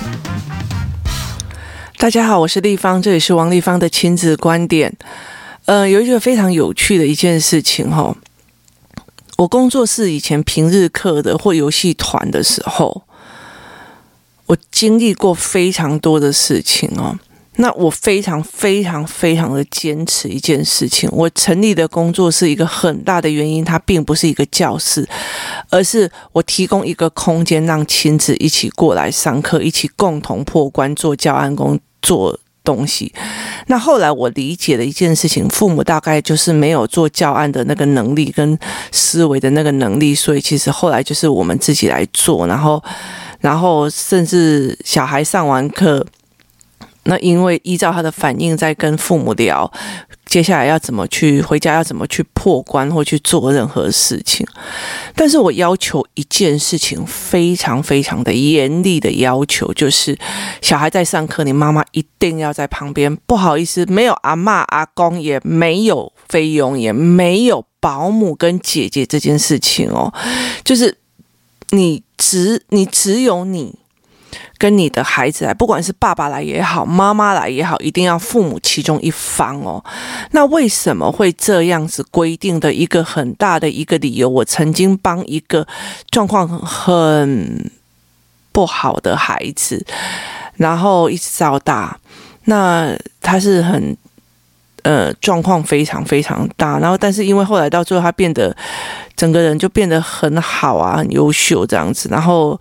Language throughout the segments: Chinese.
大家好，我是立方，这里是王立方的亲子观点。有一个非常有趣的一件事情哈，我工作室以前平日课的或游戏团的时候，我经历过非常多的事情哦。那我非常的坚持一件事情，我成立的工作室一个很大的原因，它并不是一个教室，而是我提供一个空间，让亲子一起过来上课，一起共同破关，做教案工，做东西。那后来我理解的一件事情，父母大概就是没有做教案的那个能力跟思维的那个能力，所以其实后来就是我们自己来做，然后甚至小孩上完课，那因为依照他的反应在跟父母聊接下来要怎么去回家，要怎么去破关或去做任何事情。但是我要求一件事情非常的严厉的要求，就是小孩在上课，你妈妈一定要在旁边。不好意思，没有阿嬷阿公，也没有菲佣，也没有保姆跟姐姐这件事情哦，就是你只有你跟你的孩子来，不管是爸爸来也好，妈妈来也好，一定要父母其中一方哦。那为什么会这样子规定的一个很大的一个理由，我曾经帮一个状况很不好的孩子，然后一直到大，那他是很状况非常大，然后但是因为后来到最后他变得整个人就变得很好啊，很优秀这样子，然后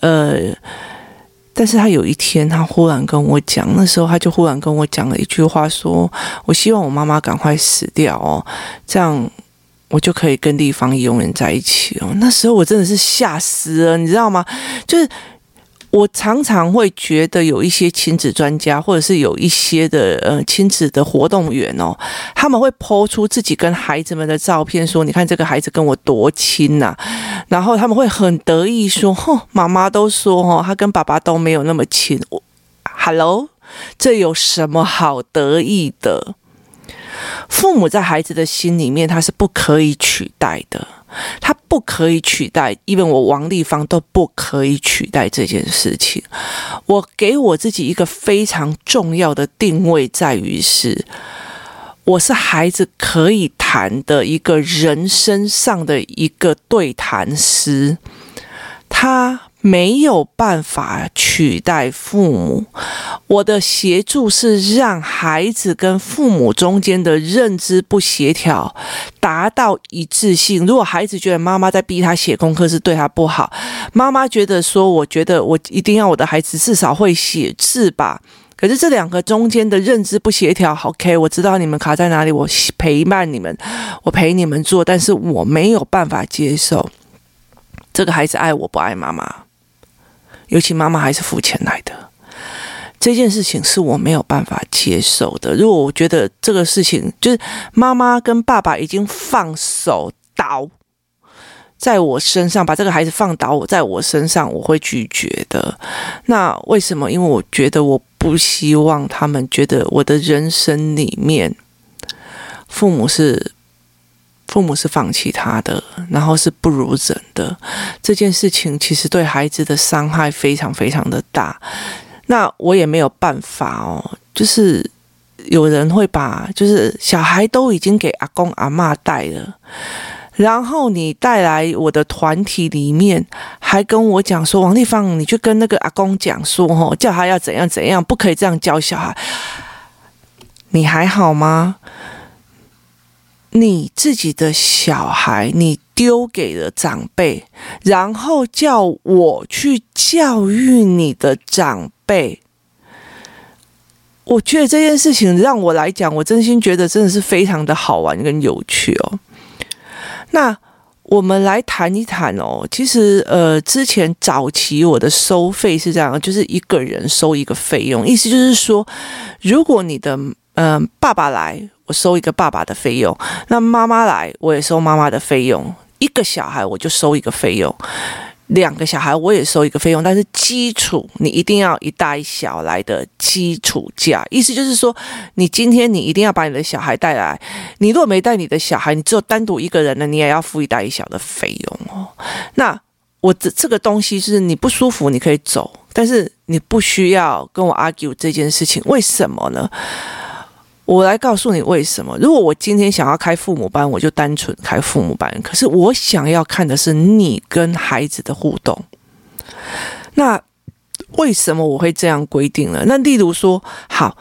但是他有一天他忽然跟我讲，那时候他就忽然跟我讲了一句话，说我希望我妈妈赶快死掉哦，这样我就可以跟立方永远在一起哦。那时候我真的是吓死了，你知道吗？就是我常常会觉得有一些亲子专家，或者是有一些的亲子的活动员哦，他们会po出自己跟孩子们的照片，说你看这个孩子跟我多亲啊，然后他们会很得意说，妈妈都说他跟爸爸都没有那么亲。Hello， 这有什么好得意的？父母在孩子的心里面，他是不可以取代的。他不可以取代，even我王立方都不可以取代这件事情。我给我自己一个非常重要的定位，在于是我是孩子可以谈的一个人生上的一个对谈师，他没有办法取代父母。我的协助是让孩子跟父母中间的认知不协调达到一致性。如果孩子觉得妈妈在逼他写功课是对他不好，妈妈觉得说我觉得我一定要我的孩子至少会写字吧，可是这两个中间的认知不协调 OK， 我知道你们卡在哪里，我陪伴你们，我陪你们做，但是我没有办法接受这个孩子爱我不爱妈妈，尤其妈妈还是付钱来的，这件事情是我没有办法接受的。如果我觉得这个事情就是妈妈跟爸爸已经放手倒在我身上，把这个孩子放倒在我身上，我会拒绝的。那为什么？因为我觉得我不希望他们觉得我的人生里面父母是放弃他的，然后是不如人的。这件事情其实对孩子的伤害非常的大。那我也没有办法哦，就是有人会把就是小孩都已经给阿公阿嬷带了，然后你带来我的团体里面，还跟我讲说王立方，你去跟那个阿公讲说叫他要怎样，不可以这样教小孩。你还好吗？你自己的小孩你丢给了长辈，然后叫我去教育你的长辈，我觉得这件事情让我来讲，我真心觉得真的是非常的好玩跟有趣哦。那我们来谈一谈哦，其实之前早期我的收费是这样，就是一个人收一个费用，意思就是说，如果你的爸爸来，我收一个爸爸的费用，那妈妈来我也收妈妈的费用，一个小孩我就收一个费用，两个小孩我也收一个费用，但是基础你一定要一大一小来的基础价，意思就是说你今天你一定要把你的小孩带来，你如果没带你的小孩，你只有单独一个人呢，你也要付一大一小的费用哦。那我这个东西是你不舒服你可以走，但是你不需要跟我 argue 这件事情。为什么呢？我来告诉你为什么。如果我今天想要开父母班，我就单纯开父母班，可是我想要看的是你跟孩子的互动。那为什么我会这样规定呢？那例如说，好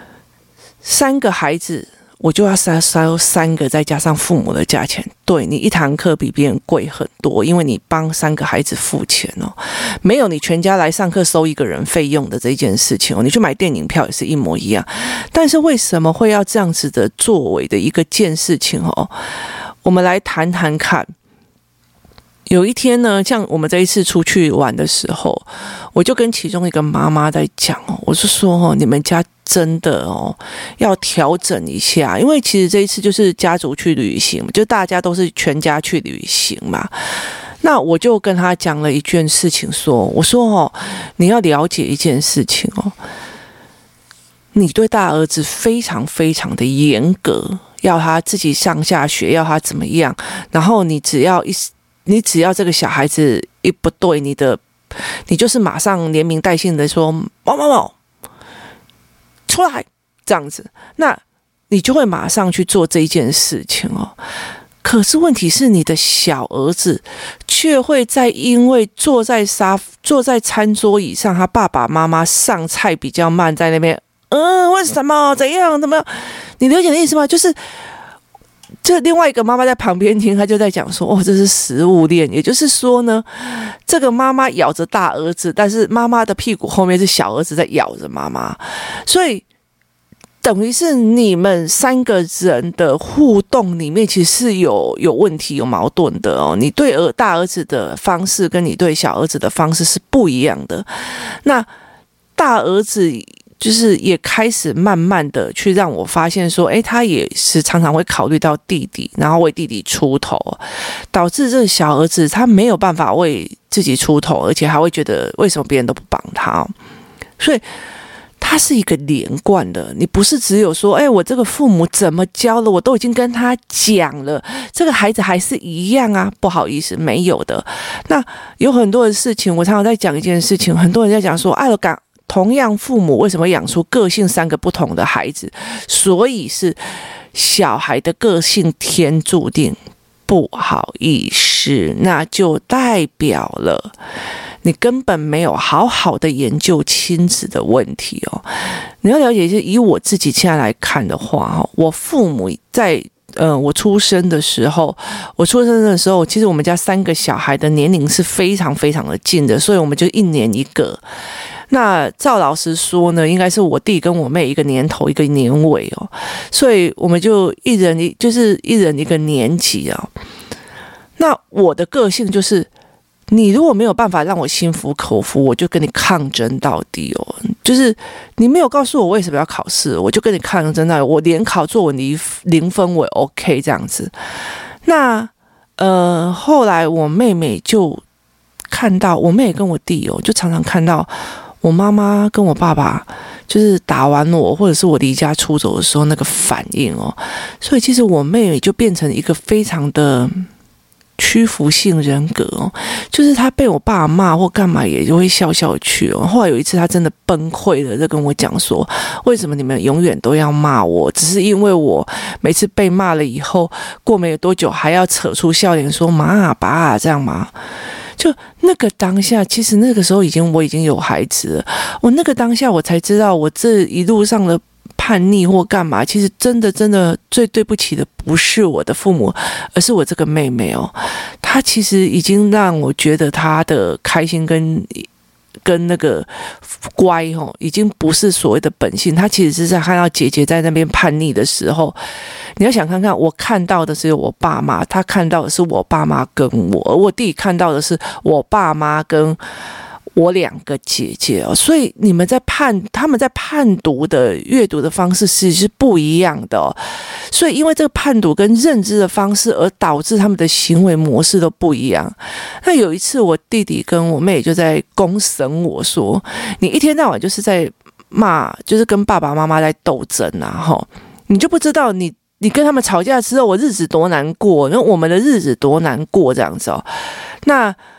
，3个孩子我就要收3个，再加上父母的价钱。对，你一堂课比别人贵很多，因为你帮3个孩子付钱哦，没有你全家来上课收1个人费用的这件事情哦。你去买电影票也是一模一样。但是为什么会要这样子的作为的一件事情哦？我们来谈谈看。有一天呢，像我们这一次出去玩的时候，我就跟其中一个妈妈在讲哦，我是说哦，你们家真的哦要调整一下，因为其实这一次就是家族去旅行，就大家都是全家去旅行嘛。那我就跟他讲了一件事情我说哦，你要了解一件事情哦，你对大儿子非常非常的严格，要他自己上下学，要他怎么样，然后你只要这个小孩子一不对，你就是马上连名带姓的说某出来这样子，那你就会马上去做这一件事情哦。可是问题是，你的小儿子却会因为坐在餐桌椅上，他爸爸妈妈上菜比较慢，在那边为什么怎么样？你了解的意思吗？就是。这另外一个妈妈在旁边听，她就在讲说：“哦，这是食物链，也就是说呢，这个妈妈咬着大儿子，但是妈妈的屁股后面是小儿子在咬着妈妈，所以等于是你们3个人的互动里面其实是有问题、有矛盾的哦。你对大儿子的方式跟你对小儿子的方式是不一样的。那大儿子。”就是也开始慢慢的去让我发现说，他也是常常会考虑到弟弟，然后为弟弟出头，导致这个小儿子他没有办法为自己出头，而且还会觉得为什么别人都不帮他，所以他是一个连贯的。你不是只有说，我这个父母怎么教了，我都已经跟他讲了，这个孩子还是一样啊，不好意思，没有的。那有很多的事情，我常常在讲一件事情，很多人在讲说，同样父母为什么养出个性3个不同的孩子？所以是小孩的个性天注定。不好意思，那就代表了你根本没有好好的研究亲子的问题哦。你要了解，就是以我自己现在来看的话，我父母在我出生的时候，其实我们家3个小孩的年龄是非常非常的近的，所以我们就1年1个。那照老实说呢，应该是我弟跟我妹一个年头一个年尾哦，所以我们就一人一个年级哦。那我的个性就是，你如果没有办法让我心服口服，我就跟你抗争到底哦。就是你没有告诉我为什么要考试，我就跟你抗争到底。我联考作文0分我也 OK 这样子。那后来我妹妹就看到，我妹跟我弟就常常看到我妈妈跟我爸爸就是打完我，或者是我离家出走的时候那个反应哦。所以其实我妹妹就变成一个非常的屈服性人格哦，就是他被我爸骂或干嘛也就会笑笑去哦。后来有一次他真的崩溃了，就跟我讲说，为什么你们永远都要骂我？只是因为我每次被骂了以后，过没有多久还要扯出笑脸说妈爸这样吗？就那个当下，其实那个时候我已经有孩子了，我那个当下我才知道，我这一路上的叛逆或干嘛，其实真的最对不起的不是我的父母，而是我这个妹妹哦。她其实已经让我觉得她的开心跟那个乖哦，已经不是所谓的本性。她其实是在看到姐姐在那边叛逆的时候，你要想看看，我看到的是我爸妈，她看到的是我爸妈跟我，而我弟看到的是我爸妈跟我2个姐姐哦，所以他们在判读的阅读的方式其实是不一样的哦。所以因为这个判读跟认知的方式，而导致他们的行为模式都不一样。那有一次，我弟弟跟我妹就在公审我说：“你一天到晚就是在骂，就是跟爸爸妈妈在斗争啊！哈，你就不知道你跟他们吵架之后，我日子多难过，然后我们的日子多难过这样子哦。”那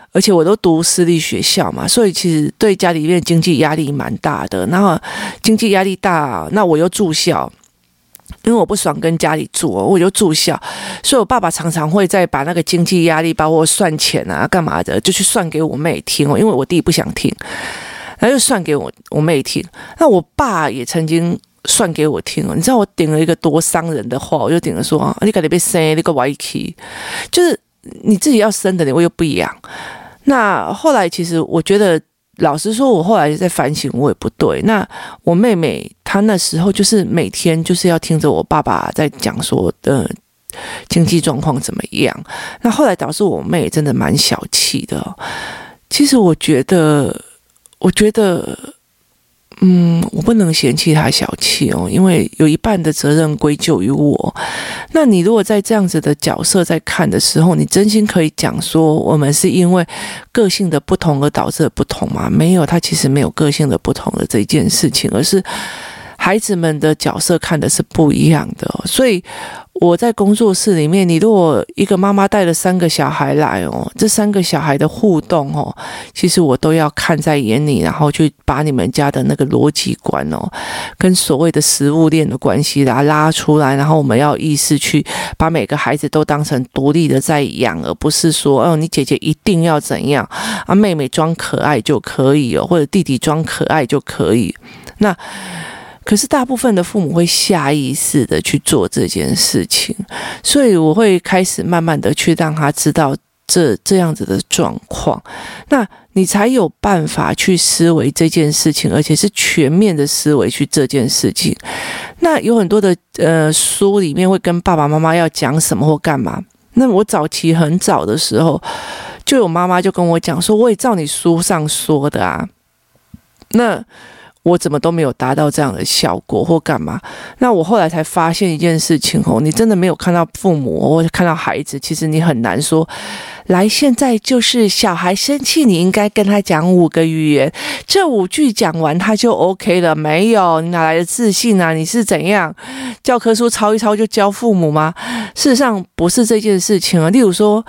而且我都读私立学校嘛，所以其实对家里面经济压力蛮大的。然后经济压力大，那我又住校。因为我不爽跟家里住，我就住校，所以我爸爸常常会再把那个经济压力，包括算钱啊、干嘛的，就去算给我妹听因为我弟不想听，然后就算给我妹听。那我爸也曾经算给我听你知道我顶了一个多伤人的话，我就顶了说你赶紧被生那个歪气，就是你自己要生的，我又不养。那后来其实我觉得。老实说，我后来在反省，我也不对。那我妹妹她那时候就是每天就是要听着我爸爸在讲说经济状况怎么样。那后来导致我妹真的蛮小气的。其实我觉得，我不能嫌弃她小气因为有一半的责任归咎于我。那你如果在这样子的角色在看的时候，你真心可以讲说我们是因为个性的不同而导致的不同吗？没有，他其实没有个性的不同的这一件事情，而是孩子们的角色看的是不一样的所以我在工作室里面，你如果一个妈妈带了3个小孩来这3个小孩的互动其实我都要看在眼里，然后去把你们家的那个逻辑观跟所谓的食物链的关系拉出来，然后我们要意识去把每个孩子都当成独立的在养，而不是说你姐姐一定要怎样妹妹装可爱就可以或者弟弟装可爱就可以。那可是大部分的父母会下意识的去做这件事情，所以我会开始慢慢的去让他知道这样子的状况，那你才有办法去思维这件事情，而且是全面的思维去这件事情。那有很多的书里面会跟爸爸妈妈要讲什么或干嘛。那我早期很早的时候，就有妈妈就跟我讲说，我也照你书上说的啊。那我怎么都没有达到这样的效果或干嘛。那我后来才发现一件事情你真的没有看到父母或者看到孩子，其实你很难说来现在就是小孩生气你应该跟他讲5个语言，这5句讲完他就 OK 了。没有，你哪来的自信啊？你是怎样教科书抄一抄就教父母吗？事实上不是这件事情例如说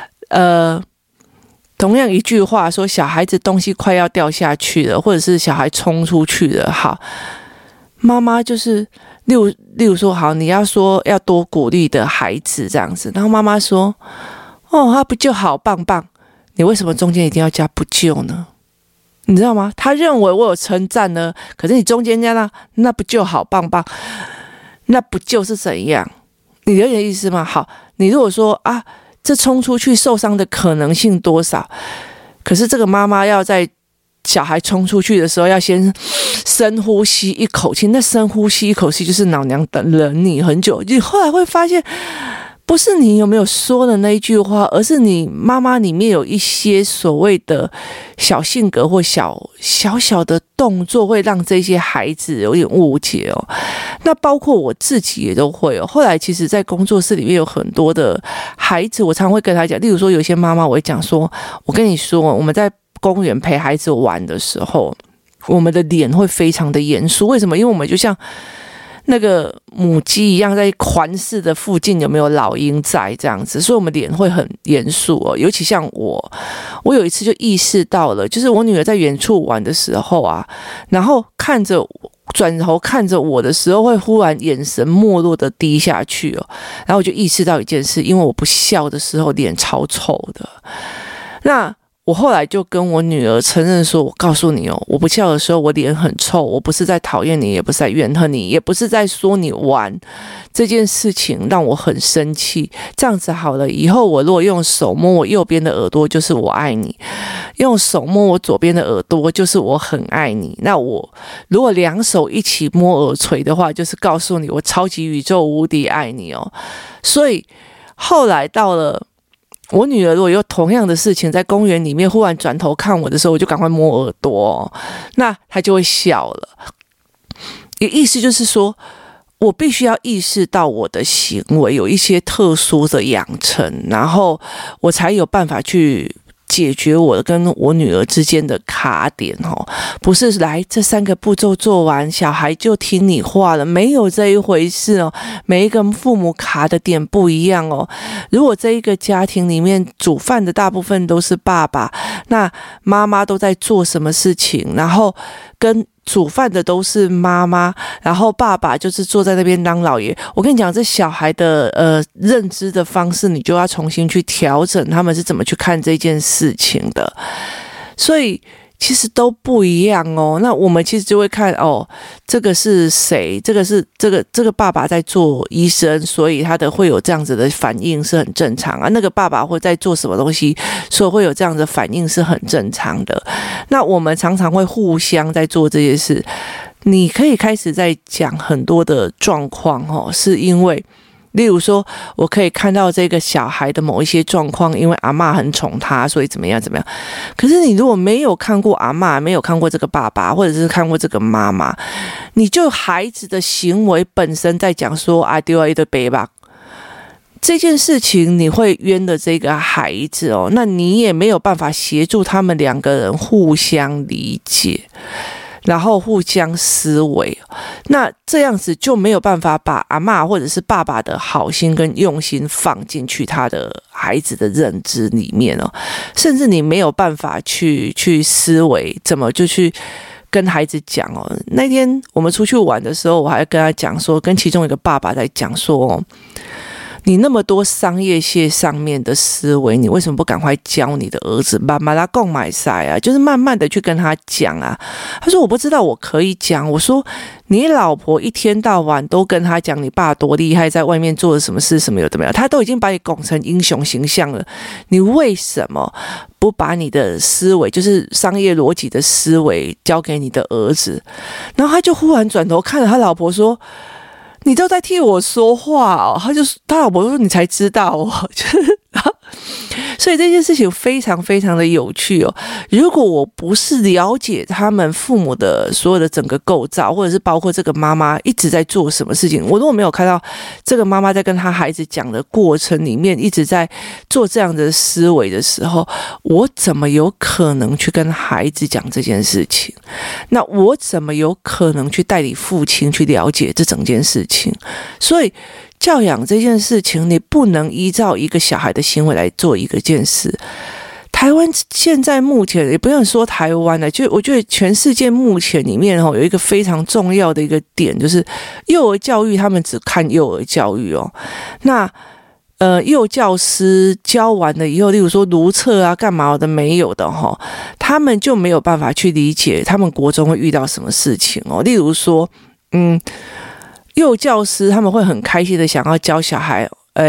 同样一句话说小孩子东西快要掉下去了，或者是小孩冲出去了，好，妈妈就是例如说好，你要说要多鼓励的孩子这样子，然后妈妈说他不就好棒棒，你为什么中间一定要加不就呢？你知道吗？他认为我有称赞呢，可是你中间加那不就好棒棒，那不就是怎样？你有点意思吗？好，你如果说这冲出去受伤的可能性多少？可是这个妈妈要在小孩冲出去的时候要先深呼吸一口气，那深呼吸一口气就是老娘等了你很久。你后来会发现不是你有没有说的那一句话，而是你妈妈里面有一些所谓的小性格或小的动作会让这些孩子有点误解那包括我自己也都会后来其实在工作室里面有很多的孩子，我常会跟他讲，例如说有些妈妈我会讲说，我跟你说我们在公园陪孩子玩的时候，我们的脸会非常的严肃。为什么？因为我们就像那个母鸡一样，在环视的附近有没有老鹰在这样子，所以我们脸会很严肃尤其像我有一次就意识到了，就是我女儿在远处玩的时候然后转头看着我的时候，会忽然眼神没落的低下去然后我就意识到一件事，因为我不笑的时候脸超臭的。那我后来就跟我女儿承认说，我告诉你我不笑的时候我脸很臭，我不是在讨厌你，也不是在怨恨你，也不是在说你玩这件事情让我很生气。这样子好了，以后我如果用手摸我右边的耳朵就是我爱你，用手摸我左边的耳朵就是我很爱你。那我如果2手一起摸耳垂的话，就是告诉你我超级宇宙无敌爱你所以后来到了我女儿如果有同样的事情在公园里面忽然转头看我的时候，我就赶快摸耳朵那她就会笑了。意思就是说我必须要意识到我的行为有一些特殊的养成，然后我才有办法去解决我跟我女儿之间的卡点哦，不是来这3个步骤做完，小孩就听你话了，没有这一回事哦。每一个父母卡的点不一样哦。如果这一个家庭里面煮饭的大部分都是爸爸，那妈妈都在做什么事情，然后跟煮饭的都是妈妈，然后爸爸就是坐在那边当老爷。我跟你讲，这小孩的认知的方式，你就要重新去调整他们是怎么去看这件事情的。所以其实都不一样哦。那我们其实就会看哦，这个是谁？这个爸爸在做医生，所以他的会有这样子的反应是很正常啊。那个爸爸会在做什么东西，所以会有这样的反应是很正常的。那我们常常会互相在做这些事。你可以开始在讲很多的状况哦，是因为例如说我可以看到这个小孩的某一些状况，因为阿嬷很宠他，所以怎么样。可是你如果没有看过阿嬷，没有看过这个爸爸，或者是看过这个妈妈，你就孩子的行为本身在讲说啊丢一堆背吧这件事情，你会冤的这个孩子哦，那你也没有办法协助他们2个人互相理解，然后互相思维，那这样子就没有办法把阿嬷或者是爸爸的好心跟用心放进去他的孩子的认知里面哦，甚至你没有办法去思维怎么就去跟孩子讲哦。那天我们出去玩的时候，我还跟他讲说，跟其中一个爸爸在讲说哦，你那么多商业界上面的思维，你为什么不赶快教你的儿子慢慢来购买赛啊？就是慢慢的去跟他讲啊。他说我不知道我可以讲。我说你老婆一天到晚都跟他讲你爸多厉害，在外面做了什么事什么有的没有，他都已经把你拱成英雄形象了，你为什么不把你的思维，就是商业逻辑的思维交给你的儿子？然后他就忽然转头看了他老婆说，你都在替我说话哦。他老婆说你才知道哦，所以这件事情非常非常的有趣哦。如果我不是了解他们父母的所有的整个构造，或者是包括这个妈妈一直在做什么事情，我如果没有看到这个妈妈在跟他孩子讲的过程里面一直在做这样的思维的时候，我怎么有可能去跟孩子讲这件事情？那我怎么有可能去带领父亲去了解这整件事情？所以教养这件事情，你不能依照一个小孩的行为来做一个件事。台湾现在目前也不用说台湾了，就我觉得全世界目前里面有一个非常重要的一个点，就是幼儿教育他们只看幼儿教育哦。那幼教师教完了以后，例如说如厕啊干嘛的没有的齁，他们就没有办法去理解他们国中会遇到什么事情哦。例如说幼教师他们会很开心的想要教小孩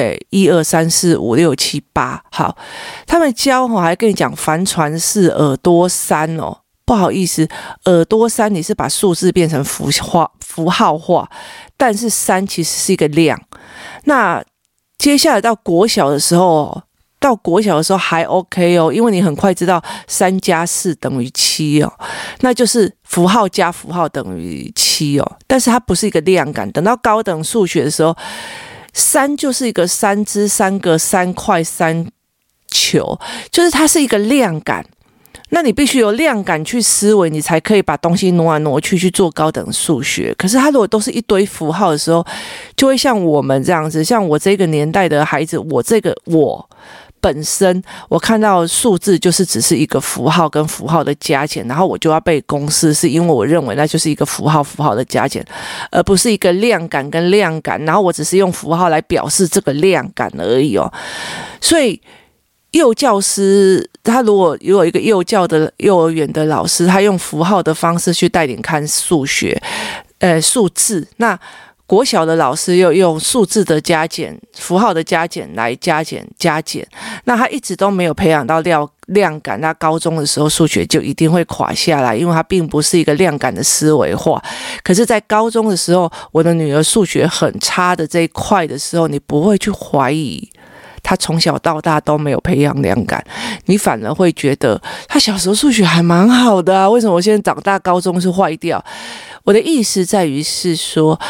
1、2、3、4、5、6、7、8，好，他们教还跟你讲帆船式耳朵3哦，不好意思，耳朵3你是把数字变成符号化，但是3其实是一个量。那接下来到国小的时候还 OK 哦，因为你很快知道3加4等于7哦，那就是符号加符号等于7哦，但是它不是一个量感。等到高等数学的时候，3就是一个3只3个3块3球，就是它是一个量感。那你必须有量感去思维，你才可以把东西挪来挪去做高等数学。可是它如果都是一堆符号的时候，就会像我们这样子，像我这个年代的孩子，我本身我看到数字就是只是一个符号跟符号的加减，然后我就要背公式，是因为我认为那就是一个符号的加减，而不是一个量感跟量感，然后我只是用符号来表示这个量感而已哦。所以幼教师他如果有一个幼儿园的老师，他用符号的方式去带领看数学数字，那国小的老师又用数字的加减符号的加减来加减，那他一直都没有培养到量感，那高中的时候数学就一定会垮下来，因为它并不是一个量感的思维化。可是在高中的时候，我的女儿数学很差的这一块的时候，你不会去怀疑他从小到大都没有培养量感，你反而会觉得他小时候数学还蛮好的啊，为什么我现在长大高中是坏掉？我的意思在于是说，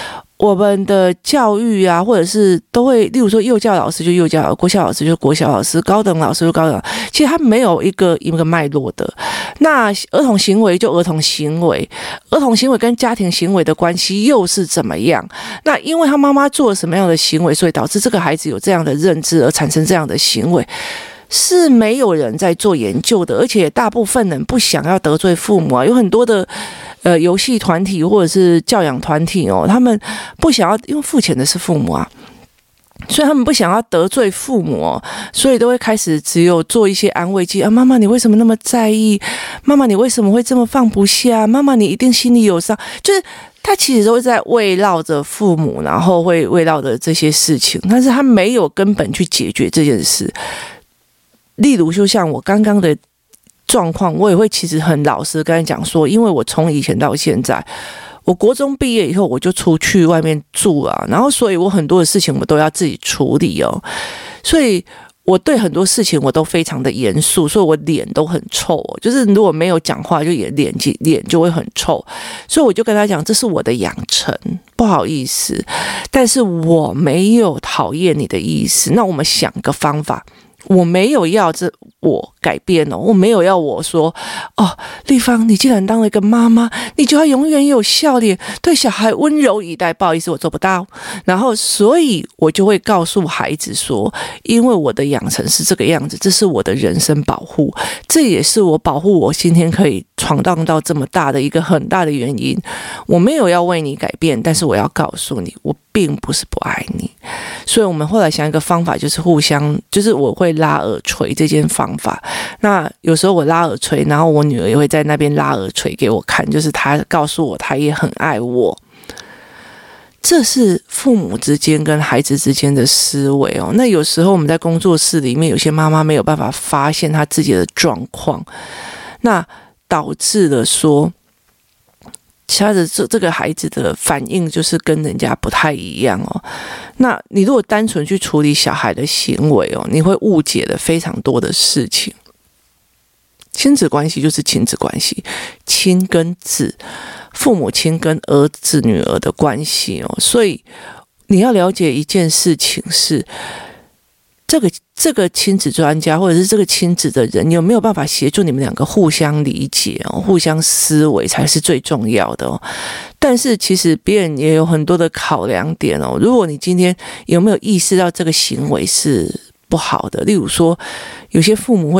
我们的教育啊，或者是都会，例如说幼教老师就幼教老师，国小老师就国小老师，高等老师就高等老师，其实他没有一个脉络的。那儿童行为就儿童行为，儿童行为跟家庭行为的关系又是怎么样？那因为他妈妈做了什么样的行为，所以导致这个孩子有这样的认知而产生这样的行为。是没有人在做研究的，而且大部分人不想要得罪父母啊，有很多的游戏团体或者是教养团体哦，他们不想要，因为付钱的是父母啊，所以他们不想要得罪父母哦，所以都会开始只有做一些安慰剂啊，妈妈你为什么那么在意？妈妈你为什么会这么放不下？妈妈你一定心里有伤，就是他其实都在围绕着父母，然后会围绕着这些事情，但是他没有根本去解决这件事。例如就像我刚刚的状况，我也会其实很老实跟他讲说，因为我从以前到现在，我国中毕业以后我就出去外面住啊，然后所以我很多的事情我都要自己处理哦，所以我对很多事情我都非常的严肃，所以我脸都很臭哦，就是如果没有讲话就脸就会很臭，所以我就跟他讲这是我的养成，不好意思，但是我没有讨厌你的意思，那我们想个方法。我没有要我改变哦，我没有要我说哦，丽芳，你既然当了一个妈妈，你就要永远有笑脸，对小孩温柔以待。不好意思，我做不到。然后，所以我就会告诉孩子说，因为我的养成是这个样子，这是我的人身保护，这也是我保护我今天可以闯荡到这么大的一个很大的原因。我没有要为你改变，但是我要告诉你，我并不是不爱你。所以我们后来想一个方法，就是互相，就是我会拉耳垂这件方法。那有时候我拉耳垂，然后我女儿也会在那边拉耳垂给我看，就是她告诉我她也很爱我。这是父母之间跟孩子之间的思维哦。那有时候我们在工作室里面，有些妈妈没有办法发现她自己的状况，那导致了说他的这个孩子的反应就是跟人家不太一样哦。那你如果单纯去处理小孩的行为哦，你会误解了非常多的事情。亲子关系就是亲子关系，亲跟子，父母亲跟儿子女儿的关系哦。所以你要了解一件事情是，这个亲子专家或者是这个亲子的人有没有办法协助你们两个互相理解哦，互相思维才是最重要的哦。但是其实别人也有很多的考量点哦。如果你今天有没有意识到这个行为是不好的，例如说有些父母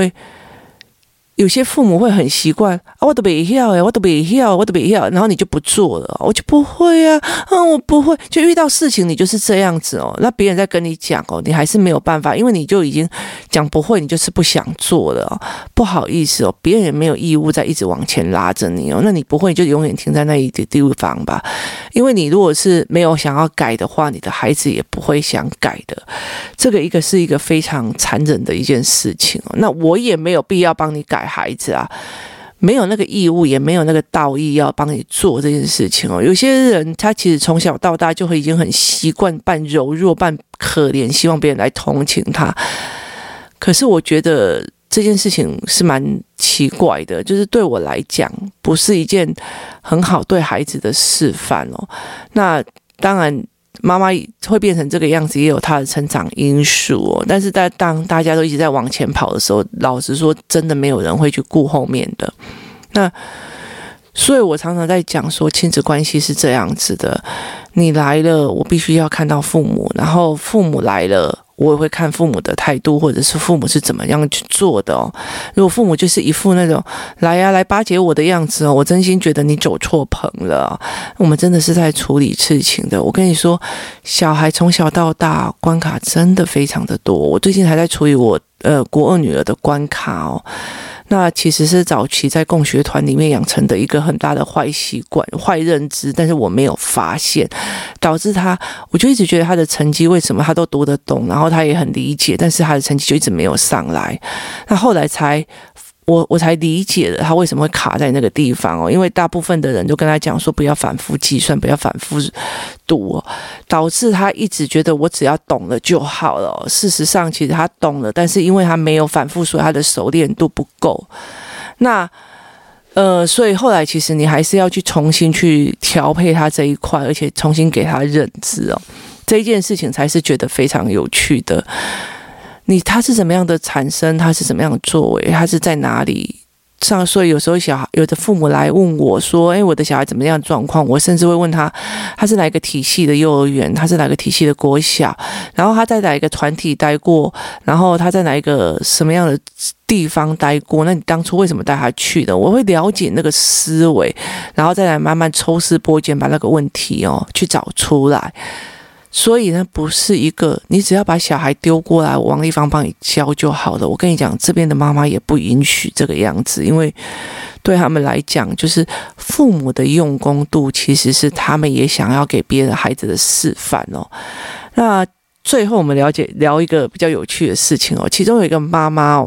会很习惯啊，我都不要我都不要，然后你就不做了，我就不会啊，我不会，就遇到事情你就是这样子哦。那别人在跟你讲哦，你还是没有办法，因为你就已经讲不会，你就是不想做了哦。不好意思哦，别人也没有义务在一直往前拉着你哦。那你不会就永远停在那一个地方吧？因为你如果是没有想要改的话，你的孩子也不会想改的。这个是一个非常残忍的一件事情哦。那我也没有必要帮你改孩子啊，没有那个义务，也没有那个道义要帮你做这件事情哦。有些人他其实从小到大就会已经很习惯扮柔弱、扮可怜，希望别人来同情他。可是我觉得这件事情是蛮奇怪的，就是对我来讲不是一件很好对孩子的示范哦。那当然妈妈会变成这个样子也有她的成长因素哦，但是当大家都一直在往前跑的时候，老实说真的没有人会去顾后面的。那所以我常常在讲说亲子关系是这样子的，你来了我必须要看到父母，然后父母来了我也会看父母的态度，或者是父母是怎么样去做的哦。如果父母就是一副那种来呀来巴结我的样子哦，我真心觉得你走错棚了哦。我们真的是在处理事情的。我跟你说，小孩从小到大关卡真的非常的多。我最近还在处理我国二女儿的关卡哦。那其实是早期在共学团里面养成的一个很大的坏习惯、坏认知，但是我没有发现，导致他，我就一直觉得他的成绩为什么他都读得懂，然后他也很理解，但是他的成绩就一直没有上来。那后来我才理解了他为什么会卡在那个地方哦，因为大部分的人就跟他讲说不要反复计算，不要反复读哦，导致他一直觉得我只要懂了就好了哦。事实上其实他懂了，但是因为他没有反复，所以他的熟练度不够。那所以后来其实你还是要去重新去调配他这一块，而且重新给他认知哦，这一件事情才是觉得非常有趣的。他是怎么样的产生，他是怎么样的作为，他是在哪里上？所以有时候有的父母来问我说：“我的小孩怎么样的状况？”我甚至会问他是哪一个体系的幼儿园，他是哪个体系的国小，然后他在哪一个团体待过，然后他在哪一个什么样的地方待过？那你当初为什么带他去的？我会了解那个思维，然后再来慢慢抽丝剥茧，把那个问题去找出来。所以呢，不是一个你只要把小孩丢过来，王丽芳帮你教就好了。我跟你讲，这边的妈妈也不允许这个样子，因为对他们来讲，就是父母的用功度，其实是他们也想要给别人孩子的示范哦。那最后我们聊一个比较有趣的事情哦，其中有一个妈妈，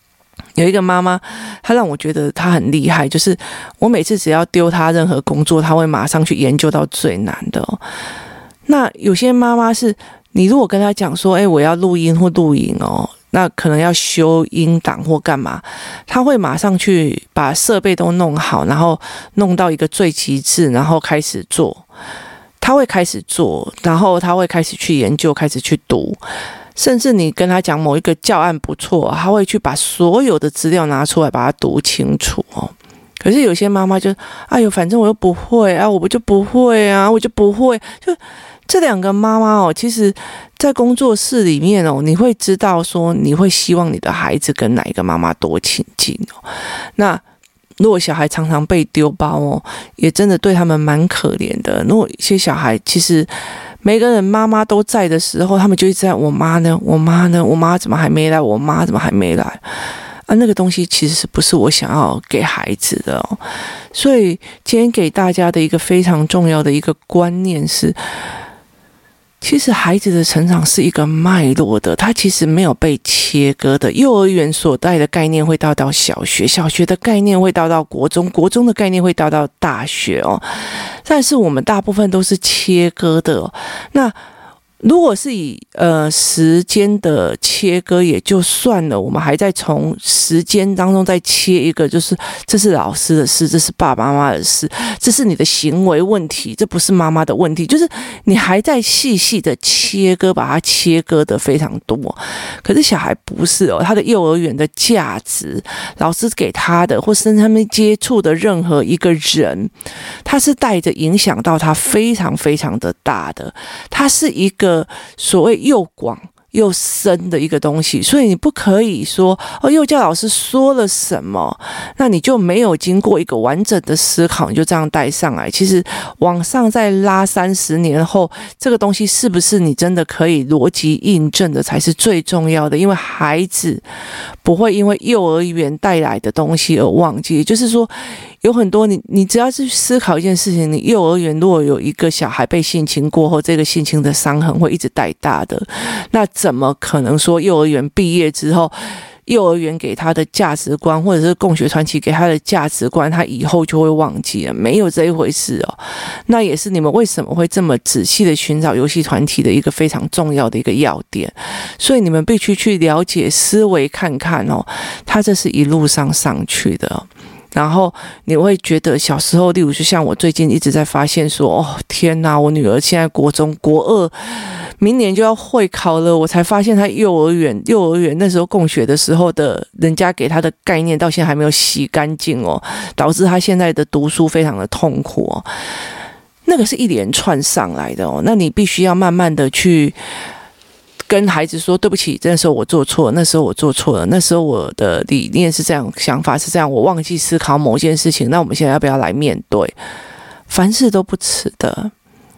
她让我觉得她很厉害，就是我每次只要丢她任何工作，她会马上去研究到最难的哦。那有些妈妈是，你如果跟她讲说，我要录音或录影哦，那可能要修音档或干嘛，她会马上去把设备都弄好，然后弄到一个最极致，然后开始做。她会开始做，然后她会开始去研究，开始去读。甚至你跟她讲某一个教案不错，她会去把所有的资料拿出来，把它读清楚哦。可是有些妈妈就，反正我又不会啊，我就不会啊，我就不会。就这两个妈妈哦，其实在工作室里面哦，你会知道说，你会希望你的孩子跟哪一个妈妈多亲近哦。那如果小孩常常被丢包哦，也真的对他们蛮可怜的。如果一些小孩其实每个人妈妈都在的时候，他们就一直在我妈呢，我妈怎么还没来？我妈怎么还没来？那个东西其实是不是我想要给孩子的哦？所以今天给大家的一个非常重要的一个观念是，其实孩子的成长是一个脉络的，它其实没有被切割的。幼儿园所带的概念会到小学，小学的概念会到国中，国中的概念会到大学哦。但是我们大部分都是切割的哦。那如果是以时间的切割也就算了，我们还在从时间当中再切一个，就是这是老师的事，这是爸爸妈妈的事，这是你的行为问题，这不是妈妈的问题，就是你还在细细的切割，把它切割的非常多。可是小孩不是哦，他的幼儿园的价值，老师给他的，或是他们接触的任何一个人，他是带着影响到他非常非常的大的，他是一个所谓又广又深的一个东西，所以你不可以说幼教老师说了什么，那你就没有经过一个完整的思考，你就这样带上来。其实往上再拉30年后，这个东西是不是你真的可以逻辑印证的，才是最重要的。因为孩子不会因为幼儿园带来的东西而忘记，也就是说有很多你只要是思考一件事情，你幼儿园如果有一个小孩被性侵过后，这个性侵的伤痕会一直带大的，那怎么可能说幼儿园毕业之后，幼儿园给他的价值观，或者是共学团体给他的价值观，他以后就会忘记了？没有这一回事哦。那也是你们为什么会这么仔细的寻找游戏团体的一个非常重要的一个要点。所以你们必须去了解思维看看哦，他这是一路上去的哦。然后你会觉得小时候，例如就像我最近一直在发现说，天哪，我女儿现在国中国2，明年就要会考了，我才发现她幼儿园那时候共学的时候的人家给她的概念到现在还没有洗干净哦，导致她现在的读书非常的痛苦哦。那个是一连串上来的哦，那你必须要慢慢的去跟孩子说，对不起，那时候我做错了，那时候我做错了，那时候我的理念是这样，想法是这样，我忘记思考某件事情，那我们现在要不要来面对？凡事都不迟的。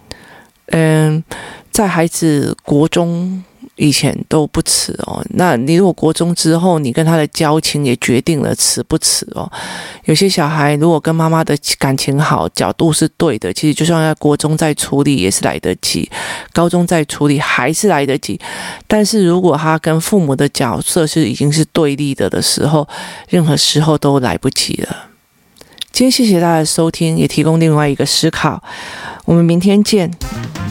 在孩子国中以前都不迟哦。那你如果国中之后，你跟他的交情也决定了迟不迟哦。有些小孩如果跟妈妈的感情好，角度是对的，其实就算在国中再处理也是来得及，高中再处理还是来得及。但是如果他跟父母的角色已经是对立的时候，任何时候都来不及了。今天谢谢大家的收听，也提供另外一个思考。我们明天见。